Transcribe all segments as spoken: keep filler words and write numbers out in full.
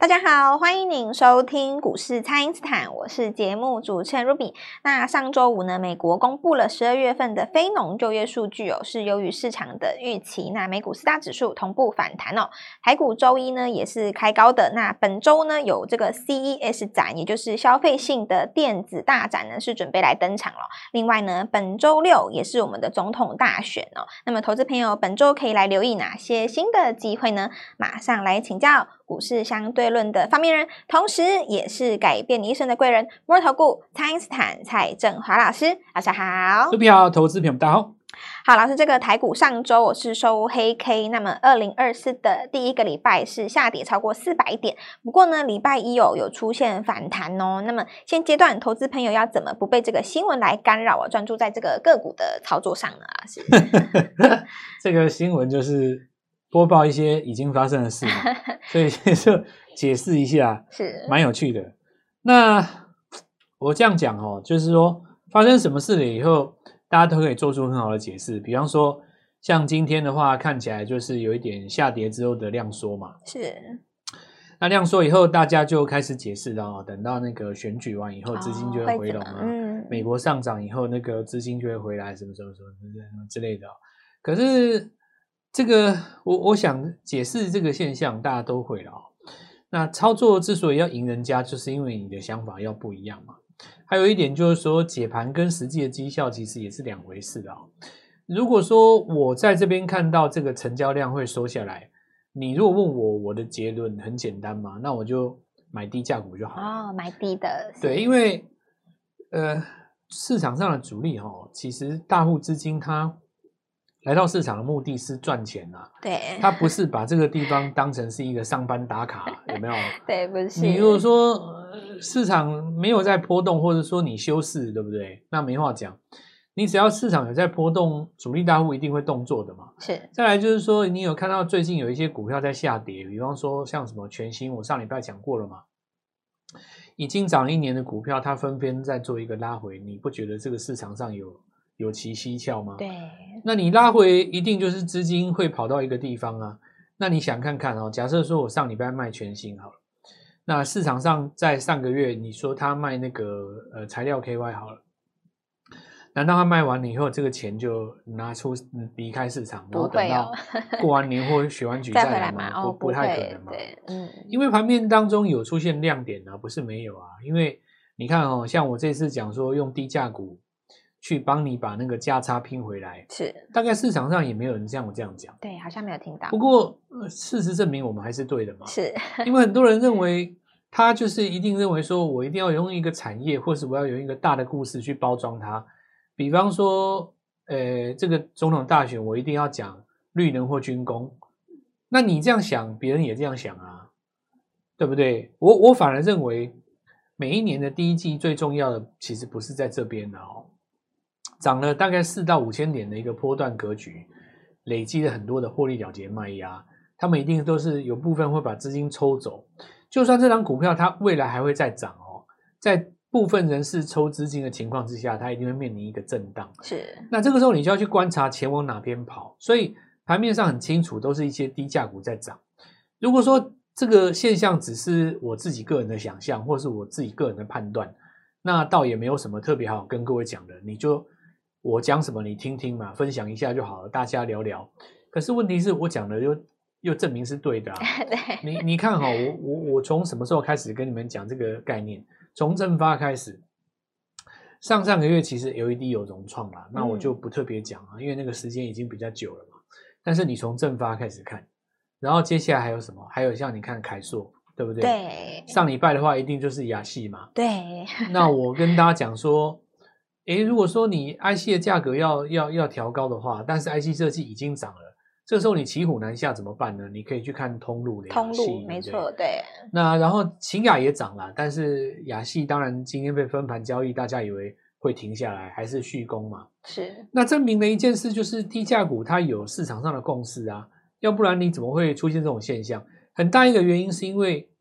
大家好，欢迎您收听股市蔡因斯坦，我是节目主持人 Ruby。那上周五呢，美国公布了十二月份的非农就业数据哦，是优于市场的预期。那美股四大指数同步反弹哦，台股周一呢也是开高的。那本周呢有这个 C E S 展，也就是消费性的电子大展呢，是准备来登场了。另外呢，本周六也是我们的总统大选哦。那么投资朋友本周可以来留意哪些新的机会呢？马上来请教股市相对论的发明人，同时也是改变你一生的贵人——摩尔投顾蔡因斯坦蔡正华老师，大家好。 股票投资朋友大家好。 好，老师，这个台股上周我是收黑 K， 那么二零二四的第一个礼拜是下跌超过四百点，不过呢，礼拜一有有出现反弹哦。那么现阶段投资朋友要怎么不被这个新闻来干扰啊，专注在这个个股的操作上呢？老师， 这个新闻就是播报一些已经发生的事嘛，所以就解释一下， 是蛮有趣的。那我这样讲哦，就是说发生什么事了以后，大家都可以做出很好的解释。比方说，像今天的话，看起来就是有一点下跌之后的量缩嘛。 是。 那量缩以后，大家就开始解释了哦，等到那个选举完以后，资金就会回笼啊。 哦嗯、 美国上涨以后，那个资金就会回来，什么什么什么什么之类的哦。可是这个我我想解释这个现象，大家都会了哦。那操作之所以要赢人家，就是因为你的想法要不一样嘛。还有一点就是说，解盘跟实际的绩效其实也是两回事的哦。如果说我在这边看到这个成交量会缩下来，你如果问我，我的结论很简单嘛，那我就买低价股就好了。 哦，买低的。 对，因为呃市场上的主力哦，其实大户资金它来到市场的目的是赚钱啊， 对， 他不是把这个地方当成是一个上班打卡，有没有？ 对，不是。 你如果说、呃、市场没有在波动，或者说你休市，对不对？那没话讲。你只要市场有在波动，主力大户一定会动作的嘛。 是。 再来就是说，你有看到最近有一些股票在下跌，比方说像什么全新，我上礼拜讲过了嘛，已经涨了一年的股票，它纷纷在做一个拉回，你不觉得这个市场上有有其蹊跷吗？ 对， 那你拉回一定就是资金会跑到一个地方啊。那你想看看哦，假设说我上礼拜卖全新好了，那市场上在上个月你说他卖那个呃材料 K Y 好了，难道他卖完了以后这个钱就拿出离开市场，然后等到过完年或选完举再来吗？ 哦、 不, 不太可能嘛。 对，嗯， 因为盘面当中有出现亮点啊，不是没有啊。因为你看哦，像我这次讲说用低价股去帮你把那个价差拼回来， 是大概市场上也没有人像我这样讲， 对，好像没有听到。 不过、呃、事实证明我们还是对的嘛， 是因为很多人认为他就是一定认为说我一定要用一个产业，或是我要有一个大的故事去包装它，比方说，呃，这个总统大选我一定要讲绿能或军工，那你这样想，别人也这样想啊，对不对？我我反而认为每一年的第一季最重要的其实不是在这边的哦。涨了大概四到五千点的一个波段格局，累积了很多的获利了结卖压，他们一定都是有部分会把资金抽走。就算这张股票它未来还会再涨哦，在部分人士抽资金的情况之下，它一定会面临一个震荡。 是， 那这个时候你就要去观察钱往哪边跑。所以盘面上很清楚，都是一些低价股在涨。如果说这个现象只是我自己个人的想象，或是我自己个人的判断，那倒也没有什么特别好跟各位讲的，你就我讲什么你听听嘛，分享一下就好了，大家聊聊。可是问题是我讲的又又证明是对的啊。 对， 你你看哈、哦，我我我从什么时候开始跟你们讲这个概念？从正发开始，上上个月其实 L E D 有融创啦，那我就不特别讲啊、嗯，因为那个时间已经比较久了嘛。但是你从正发开始看，然后接下来还有什么？还有像你看凯硕，对不对？ 对。 上礼拜的话，一定就是亚系嘛。 对。 那我跟大家讲说，诶，如果说你 I C 的价格要要要调高的话，但是 I C 设计已经涨了，这个时候你骑虎难下怎么办呢？你可以去看通路的通路，没错，对。 那然后秦雅也涨了，但是亚系当然今天被分盘交易，大家以为会停下来，还是续攻嘛？ 是。 那证明了一件事，就是低价股它有市场上的共识啊，要不然你怎么会出现这种现象？很大一个原因是因为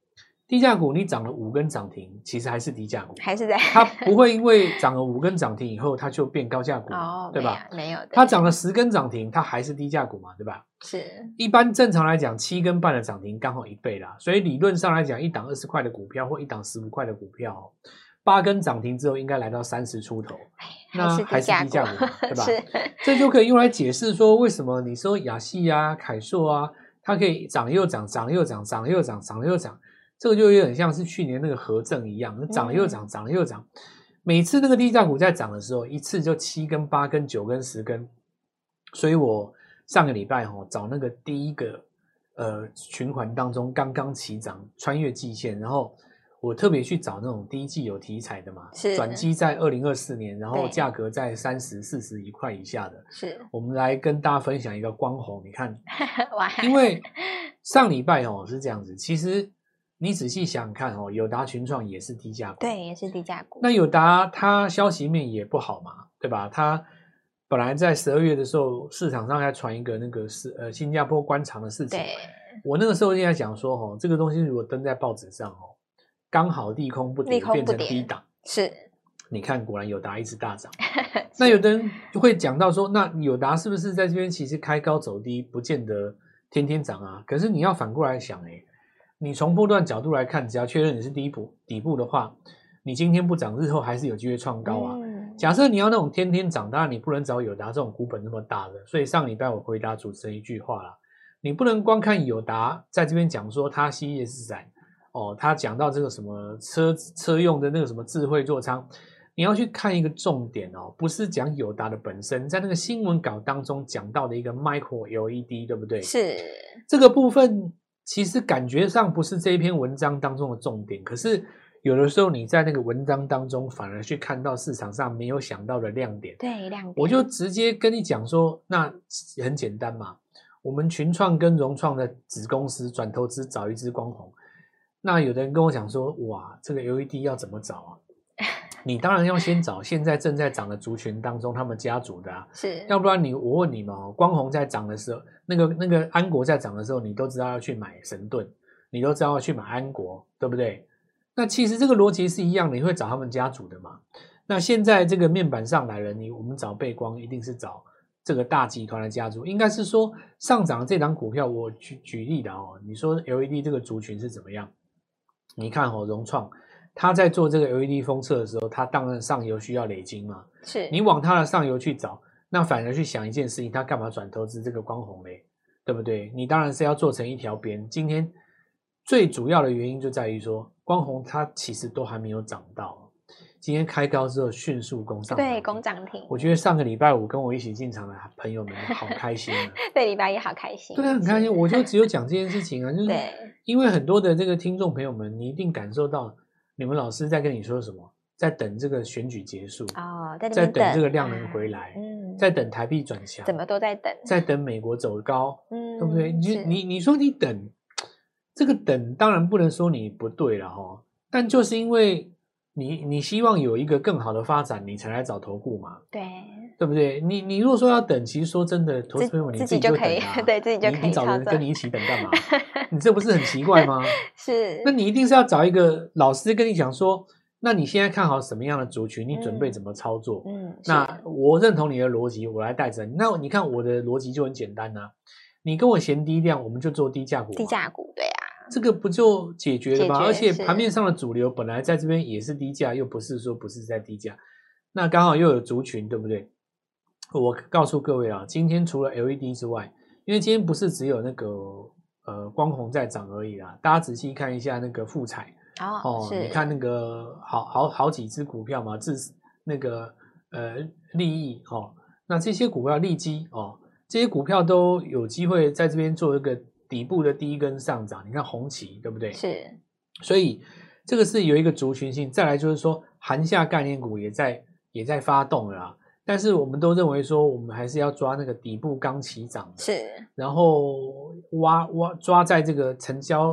低价股你涨了五根涨停，其实还是低价股， 还是在它不会因为涨了五根涨停以后，它就变高价股， 哦， 对吧？ 没有，没有的， 它涨了十根涨停，它还是低价股嘛，对吧？ 是， 一般正常来讲，七根半的涨停刚好一倍啦，所以理论上来讲，一档二十块的股票或一档十五块的股票，八根涨停之后应该来到三十出头，那还是低价股嘛，对吧？这就可以用来解释说，为什么你说亚细啊、凯硕啊，它可以涨又涨，涨又涨，涨又涨，涨又涨。这个就有点像是去年那个合正一样，涨又涨，涨又涨。每次那个低价股在涨的时候，一次就七根、八根、九根、十根。所以我上个礼拜哈、哦、找那个第一个呃循环当中刚刚起涨，穿越季线，然后我特别去找那种第一季有题材的嘛，转机在二零二四年，然后价格在三十四十一块以下的。是，我们来跟大家分享一个光弘，你看，因为上礼拜哦是这样子，其实。你仔细想想看哦，友达群创也是低价股， 对，也是低价股。 那友达它消息面也不好嘛，对吧？它本来在十二月的时候，市场上还传一个那个是呃新加坡关厂的事情。对，我那个时候就在讲说，哦，这个东西如果登在报纸上哦，刚好利空不跌，变成低档。是，你看果然友达一直大涨。那有的人就会讲到说，那友达是不是在这边其实开高走低，不见得天天涨啊？可是你要反过来想，哎。你从波段角度来看，只要确认你是底部底部的话，你今天不涨，日后还是有机会创高啊。嗯、假设你要那种天天涨，当然你不能找友达这种股本那么大的。所以上礼拜我回答主持人一句话啦，你不能光看友达在这边讲说它系列是展哦，他讲到这个什么车车用的那个什么智慧座舱，你要去看一个重点哦，不是讲友达的本身，在那个新闻稿当中讲到的一个 micro L E D， 对不对？是这个部分。其实感觉上不是这一篇文章当中的重点，可是有的时候你在那个文章当中反而去看到市场上没有想到的亮点。对，亮点。我就直接跟你讲说，那很简单嘛，我们群创跟融创的子公司转投资找一支光弘。那有的人跟我讲说，哇，这个 L E D 要怎么找啊？你当然要先找现在正在涨的族群当中他们家族的啊，是，要不然你我问你嘛，光弘在涨的时候，那个那个安国在涨的时候，你都知道要去买神盾，你都知道要去买安国，对不对？那其实这个逻辑是一样的，你会找他们家族的嘛。那现在这个面板上来了，你我们找倍光一定是找这个大集团的家族，应该是说上涨的这档股票，我举举例的哦，你说 L E D 这个族群是怎么样？你看哦，融创。他在做这个 L E D 封测的时候，他当然上游需要累积嘛。是，你往他的上游去找，那反而去想一件事情，他干嘛转投资这个光弘嘞？对不对？你当然是要做成一条边。今天最主要的原因就在于说，光弘它其实都还没有涨到，今天开高之后迅速攻上， 对，攻涨停。 我觉得上个礼拜五跟我一起进场的朋友们好开心啊！ 对，礼拜一好开心， 对，很开心。我就只有讲这件事情啊，就是因为很多的这个听众朋友们，你一定感受到。你们老师在跟你说什么？在等这个选举结束哦，在, 在等这个量能回来，嗯，在等台币转强， 怎么都在等， 在等美国走高，嗯，对不对？你你你说你等这个等，当然不能说你不对了哈，但就是因为你你希望有一个更好的发展，你才来找投顾嘛，对，对不对？你你如果说要等，其实说真的，投资朋友你自己就可以， 对自己就可以， 你, 你找人跟你一起等干嘛？你这不是很奇怪吗？ 是， 那你一定是要找一个老师跟你讲说，那你现在看好什么样的族群，你准备怎么操作？嗯，嗯那我认同你的逻辑，我来带着你。那你看我的逻辑就很简单啊，你跟我嫌低量，我们就做低价股， 低价股，对啊， 这个不就解决了吗？而且盘面上的主流本来在这边也是低价，又不是说不是在低价，那刚好又有族群，对不对？我告诉各位啊，今天除了 L E D 之外，因为今天不是只有那个。呃，光弘在涨而已啦，大家仔细看一下那个富彩哦，哦你看那个好好好几只股票嘛，至那个呃利益哦，那这些股票利基哦，这些股票都有机会在这边做一个底部的第一根上涨。你看红旗对不对？是，所以这个是有一个族群性。再来就是说，韩夏概念股也在也在发动了啦。但是我们都认为说，我们还是要抓那个底部刚起涨的，是，然后挖挖抓在这个成交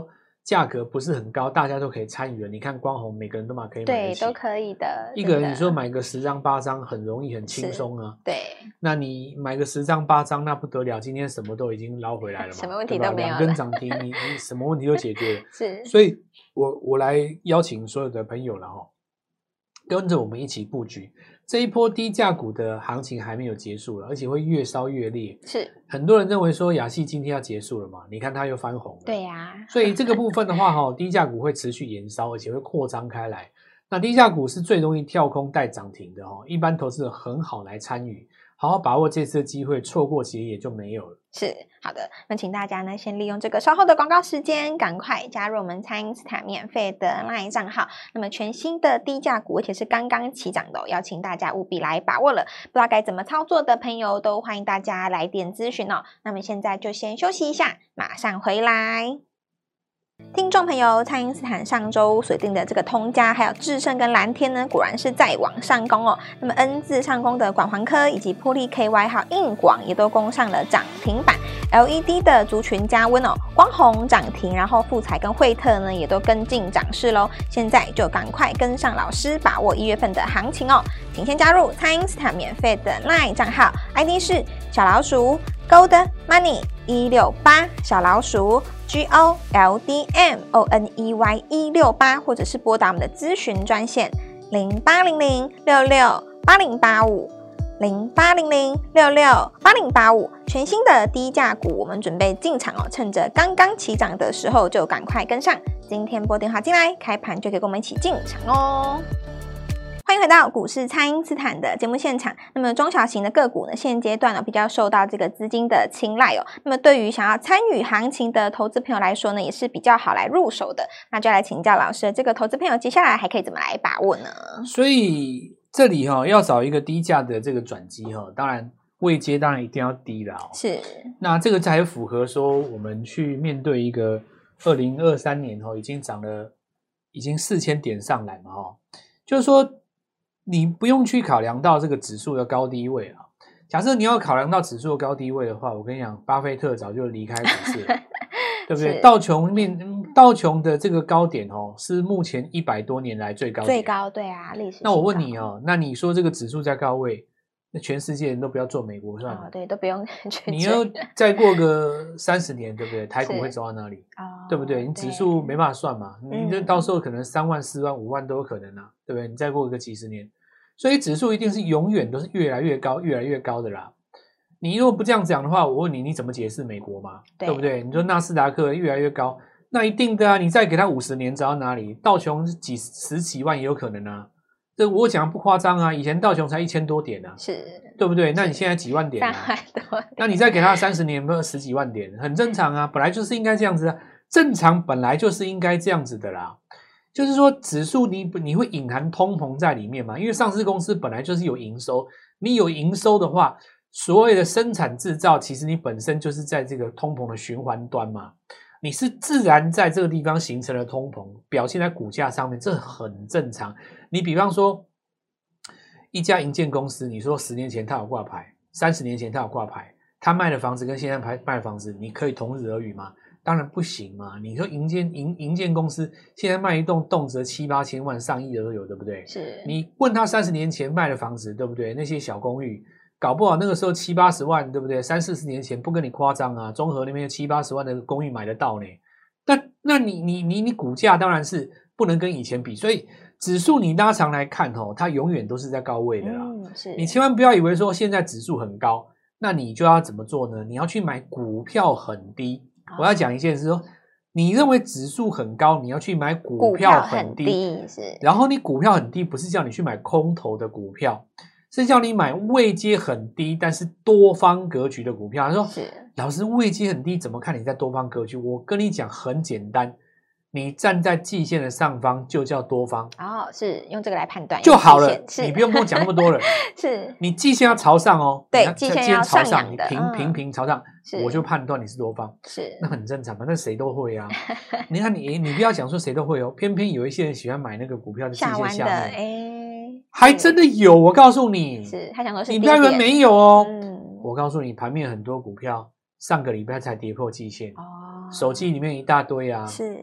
价格不是很高，大家都可以参与了。你看光弘，每个人都嘛可以买得对， 起， 都可以的。 一个人你说买个十张八张很容易很轻松啊。 对， 那你买个十张八张那不得了，今天什么都已经捞回来了嘛， 什么问题都没有了， 两根涨停，你你什么问题都解决了。 是， 所以我我来邀请所有的朋友了哈，跟着我们一起布局。这一波低价股的行情还没有结束了，而且会越烧越烈。 是， 很多人认为说亚系今天要结束了嘛，你看它又翻红了。 对呀、啊， 所以这个部分的话哈，低价股会持续延烧，而且会扩张开来。那低价股是最容易跳空带涨停的哦，一般投资者很好来参与，好好把握这次的机会，错过其实也就没有了。 是，好的，那请大家呢先利用这个稍后的广告时间，赶快加入我们蔡因斯坦免费的 LINE 账号。那么全新的低价股，而且是刚刚起涨的、哦，邀请大家务必来把握了。不知道该怎么操作的朋友，都欢迎大家来电咨询哦。那么现在就先休息一下，马上回来。听众朋友，蔡因斯坦上周锁定的这个通家，还有智胜跟蓝天呢，果然是在往上攻哦。那么 N 字上攻的广环科以及波利 K Y 还有硬广也都攻上了涨停板。L E D 的族群加温哦，光弘涨停，然后富彩跟惠特呢也都跟进涨势喽。现在就赶快跟上老师，把握一月份的行情哦。请先加入蔡因斯坦免费的 LINE 账号 ，I D 是小老鼠 Gold Money 一六八，小老鼠 G O L D M O N E Y 一六八，或者是拨打我们的咨询专线零八零零六六八零八五。零八零零六六八零八五，全新的低价股，我们准备进场哦，趁着刚刚起涨的时候就赶快跟上。今天拨电话进来，开盘就可以跟我们一起进场哦。欢迎回到股市蔡因斯坦的节目现场。那么中小型的个股呢，现阶段呢比较受到这个资金的青睐哦。那么对于想要参与行情的投资朋友来说呢，也是比较好来入手的。那就来请教老师，这个投资朋友接下来还可以怎么来把握呢？ 所以这里哈、哦、要找一个低价的这个转机哈、哦，当然位阶当然一定要低啦、哦。 是， 那这个才符合说我们去面对一个二零二三年哦，已经涨了已经四千点上来嘛哈、哦，就是说。你不用去考量到这个指数的高低位啊。假设你要考量到指数的高低位的话，我跟你讲，巴菲特早就离开股市了，对不对？道琼面道琼的这个高点哦，是目前一百多年来最高点， 最高，对啊，历史。 那我问你哦，那你说这个指数在高位，那全世界人都不要做美国算了、哦， 对，都不用去。 你要再过个三十年，对不对？台股会走到哪里？哦，对不对？你指数没办法算嘛，你这到时候可能三万、四万、五万都有可能啊，对不对？你再过个几十年。所以指数一定是永远都是越来越高越来越高的啦。你如果不这样讲的话，我问你，你怎么解释美国嘛？ 对, 对不对？你说纳斯达克越来越高，那一定的啊，你再给它五十年走到哪里？道琼几十几万也有可能啊。这我讲不夸张啊，以前道琼才一千多点啊，是，对不对？那你现在几万点啊？三万多点，那你再给它三十年，不是十几万点，很正常啊，本来就是应该这样子啊，正常本来就是应该这样子的啦。就是说指数你你会隐含通膨在里面嘛，因为上市公司本来就是有营收，你有营收的话，所谓的生产制造其实你本身就是在这个通膨的循环端嘛，你是自然在这个地方形成了通膨，表现在股价上面，这很正常。你比方说一家营建公司，你说十年前它有挂牌，三十年前它有挂牌，它卖的房子跟现在卖的房子你可以同日而语吗？当然不行嘛！你说营建营营建公司现在卖一栋动辄七八千万、上亿的都有，对不对？是。你问他三十年前卖的房子，对不对？那些小公寓，搞不好那个时候七八十万，对不对？三四十年前不跟你夸张啊，中和那边七八十万的公寓买得到呢。那那你你你你股价当然是不能跟以前比，所以指数你拉长来看哦，它永远都是在高位的啦。嗯，是。你千万不要以为说现在指数很高，那你就要怎么做呢？你要去买股票很低。我要讲一件事说，你认为指数很高，你要去买股票很低，股票很低是，然后你股票很低，不是叫你去买空头的股票，是叫你买位阶很低，但是多方格局的股票。他说，老师位阶很低，怎么看你在多方格局？我跟你讲很简单，你站在季线的上方就叫多方哦，是用这个来判断就好了，你不用跟我讲那么多了。是你季线要朝上哦， 对，季线要上扬的， 你平平平朝上，我就判断你是多方， 是那很正常嘛，那谁都会啊。你看你你不要讲说谁都会哦，偏偏有一些人喜欢买那个股票的季线下面，哎，还真的有，我告诉你， 是他想说是你不要以为没有哦，嗯，我告诉你，盘面很多股票上个礼拜才跌破季线哦。手机里面一大堆啊，是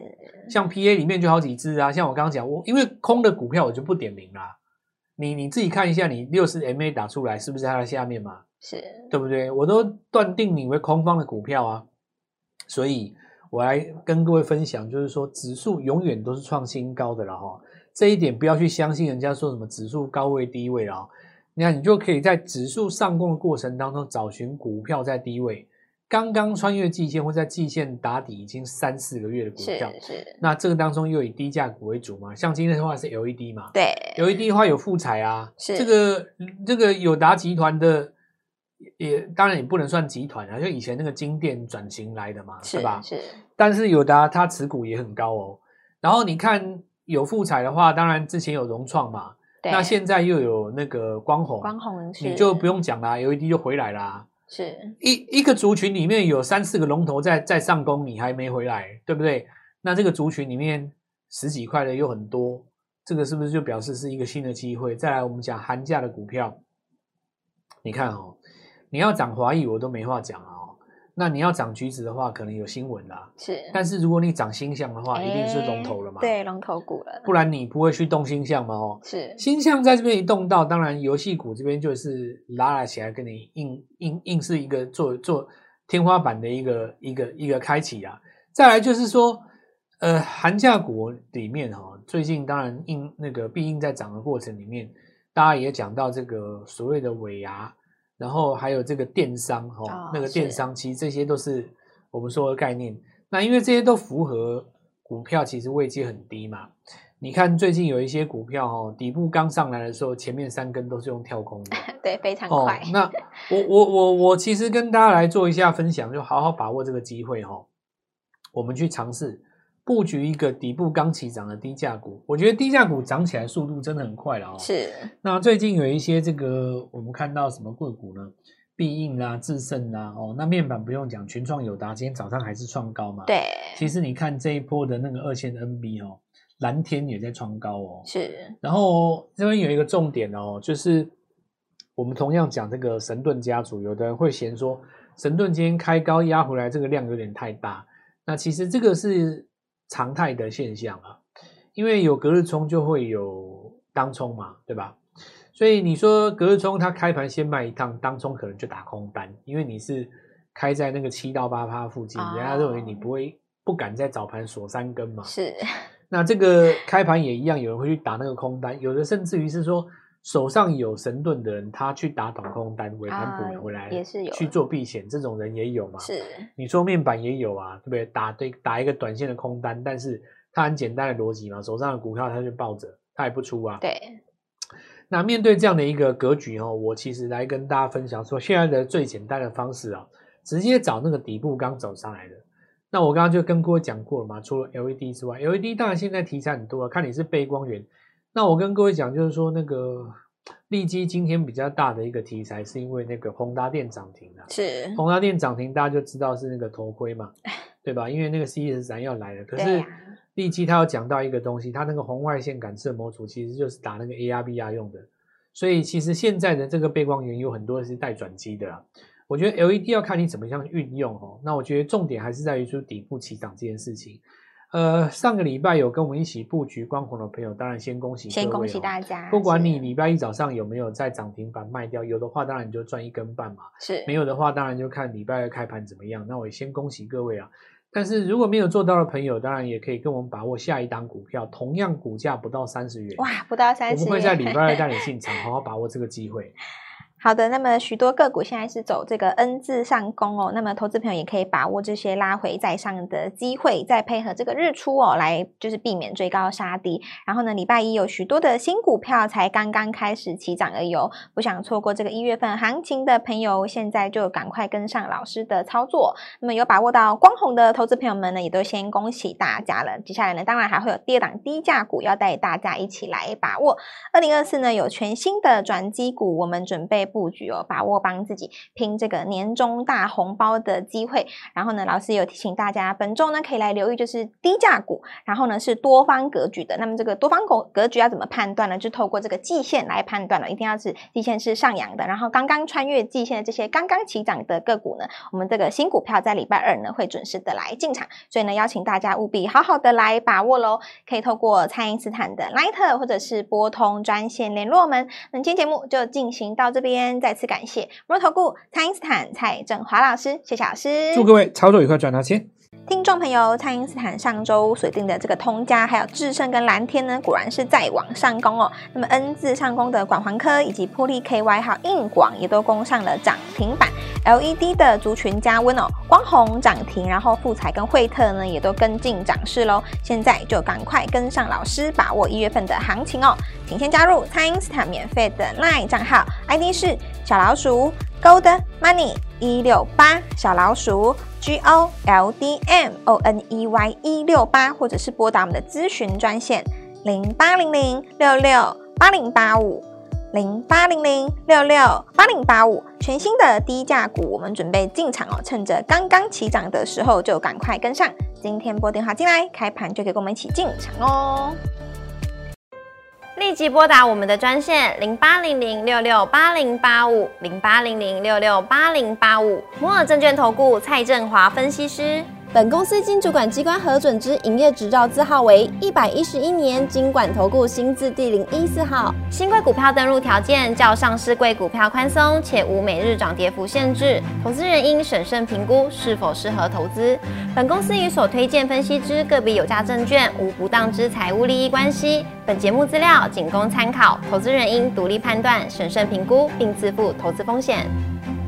像 P A 里面就好几只啊，像我刚刚讲，我因为空的股票我就不点名啦，你你自己看一下，你六十 M A 打出来是不是在它的下面嘛？ 是， 对不对？我都断定你为空方的股票啊，所以我来跟各位分享，就是说指数永远都是创新高的了哈，这一点不要去相信人家说什么指数高位低位了，那你就可以在指数上攻的过程当中找寻股票在低位。刚刚穿越季线或在季线打底已经三四个月的股票， 是是， 那这个当中又以低价股为主嘛，像今天的话是 L E D 嘛， 对 ，L E D 的话有富彩啊， 是这个这个友达集团的也当然也不能算集团啊，就以前那个金电转型来的嘛，对吧？ 是， 但是友达它持股也很高哦，然后你看有富彩的话，当然之前有融创嘛，那现在又有那个光弘， 光弘你就不用讲啦 ，L E D 就回来啦。 是一一个族群里面有三四个龙头在在上攻，你还没回来，对不对？那这个族群里面十几块的又很多，这个是不是就表示是一个新的机会？再来，我们讲寒假的股票，你看哦，你要涨华裔我都没话讲啊、哦，那你要涨橘子的话，可能有新闻啦。 是， 但是如果你涨星象的话，一定是龙头了嘛？ 对，龙头股了， 不然你不会去动星象嘛？哦， 是， 星象在这边一动到，当然游戏股这边就是拉了起来，跟你硬硬硬是一个做做天花板的一个一个一个开启啊。再来就是说，呃，寒假股里面哈、哦，最近当然硬那个必应在涨的过程里面，大家也讲到这个所谓的尾牙，然后还有这个电商哈、哦哦，那个电商其实这些都是我们说的概念。那因为这些都符合股票，其实位阶很低嘛。你看最近有一些股票哦，底部刚上来的时候，前面三根都是用跳空的， 对，非常快。 哦、那我我我我其实跟大家来做一下分享，就好好把握这个机会哈、哦，我们去尝试布局一个底部刚起涨的低价股。我觉得低价股涨起来速度真的很快了哦。 是。 那最近有一些这个我们看到什么个股呢？必应啦、智胜啦，哦，那面板不用讲，群创友达今天早上还是创高嘛。 对。 其实你看这一波的那个二线 N B 哦，蓝天也在创高哦。 是。 然后这边有一个重点哦，就是我们同样讲这个神盾家族，有的人会嫌说神盾今天开高压回来，这个量有点太大。那其实这个是常态的现象啊，因为有隔日冲就会有当冲嘛，对吧？所以你说隔日冲它开盘先卖一趟，当冲可能就打空单，因为你是开在那个七到八趴附近， oh. 人家认为你不会不敢在早盘锁三根嘛。 是。 那这个开盘也一样，有人会去打那个空单，有的甚至于是说手上有神盾的人，他去打短空单，尾盘补回来、啊、 也是有去做避险，这种人也有嘛。 是。你说面板也有啊，对不对？打对打一个短线的空单，但是它很简单的逻辑嘛，手上的股票他就抱着，他也不出啊。 对。 那面对这样的一个格局哦，我其实来跟大家分享说，现在的最简单的方式啊，直接找那个底部刚走上来的。那我刚刚就跟各位讲过了嘛，除了 L E D 之外 ，L E D 当然现在题材很多啊，看你是背光源。那我跟各位讲，就是说那个利基今天比较大的一个题材，是因为那个宏达电涨停啊。 是。 宏达电涨停，大家就知道是那个头盔嘛，对吧？因为那个 C E 十三要来了，可是利基它有讲到一个东西，它那个红外线感测模组其实就是打那个 A R V R 用的。所以其实现在的这个背光源有很多是带转机的啦。我觉得 L E D 要看你怎么样运用哦。那我觉得重点还是在于说底部起涨这件事情。呃，上个礼拜有跟我们一起布局光弘的朋友，当然先恭喜各位、哦， 先恭喜大家。 不管你礼拜一早上有没有在涨停板卖掉，有的话当然你就赚一根半嘛。 是。没有的话当然就看礼拜二开盘怎么样。那我也先恭喜各位啊。但是如果没有做到的朋友，当然也可以跟我们把握下一档股票，同样股价不到三十元， 哇，不到三十元， 我们会在礼拜二带你进场，好好把握这个机会。 好的，那么许多个股现在是走这个 N 字上攻哦，那么投资朋友也可以把握这些拉回再上的机会，再配合这个日出哦，来就是避免追高杀低。然后呢，礼拜一有许多的新股票才刚刚开始起涨而已哦，不想错过这个一月份行情的朋友，现在就赶快跟上老师的操作。那么有把握到光弘的投资朋友们呢，也都先恭喜大家了。接下来呢，当然还会有第二档低价股要带大家一起来把握。二零二四呢，有全新的转机股，我们准备布局哦，把握帮自己拼这个年终大红包的机会。然后呢，老师有提醒大家，本周呢可以来留意就是低价股，然后呢是多方格局的。那么这个多方格格局要怎么判断呢？就透过这个季线来判断了，一定要是季线是上扬的，然后刚刚穿越季线的这些刚刚起涨的个股呢，我们这个新股票在礼拜二呢会准时的来进场，所以呢邀请大家务必好好的来把握咯，可以透过蔡因斯坦的 Line 或者是拨通专线联络我们。那今天节目就进行到这边，再次感谢摩尔投顾蔡因斯坦蔡正华老师，谢谢老师， 祝各位操作愉快，赚大钱。 听众朋友，蔡因斯坦上周锁定的这个通家还有智胜跟蓝天呢，果然是再往上攻哦。那么 N 字上攻的广环科以及波利 K Y 还有硬广也都攻上了涨停板。L E D 的族群加温哦，光弘涨停，然后富彩跟惠特呢也都跟进涨势咯。现在就赶快跟上老师，把握一月份的行情哦。请先加入蔡因斯坦免费的 LINE 账号 ，I D 是小老鼠 Gold Money 一六八，小老鼠 G O L D M O N E Y 一六八，或者是拨打我们的咨询专线零八零零六六八零八五零八零零六六八零八五。全新的低价股，我们准备进场哦，趁着刚刚起涨的时候就赶快跟上。今天拨电话进来，开盘就可以跟我们一起进场哦。 立即拨打我们的专线零八零零六六八零八五零八零零六六八零八五。摩尔证券投顾蔡正华分析师。 本公司经主管机关核准之营业执照字号为一百一十一年金管投顾新字第零一四号。 新贵股票登录条件较上市贵股票宽松，且无每日涨跌幅限制，投资人应审慎评估是否适合投资。本公司与所推荐分析之个别有价证券无不当之财务利益关系。本节目资料仅供参考，投资人应独立判断、审慎评估，并自负投资风险。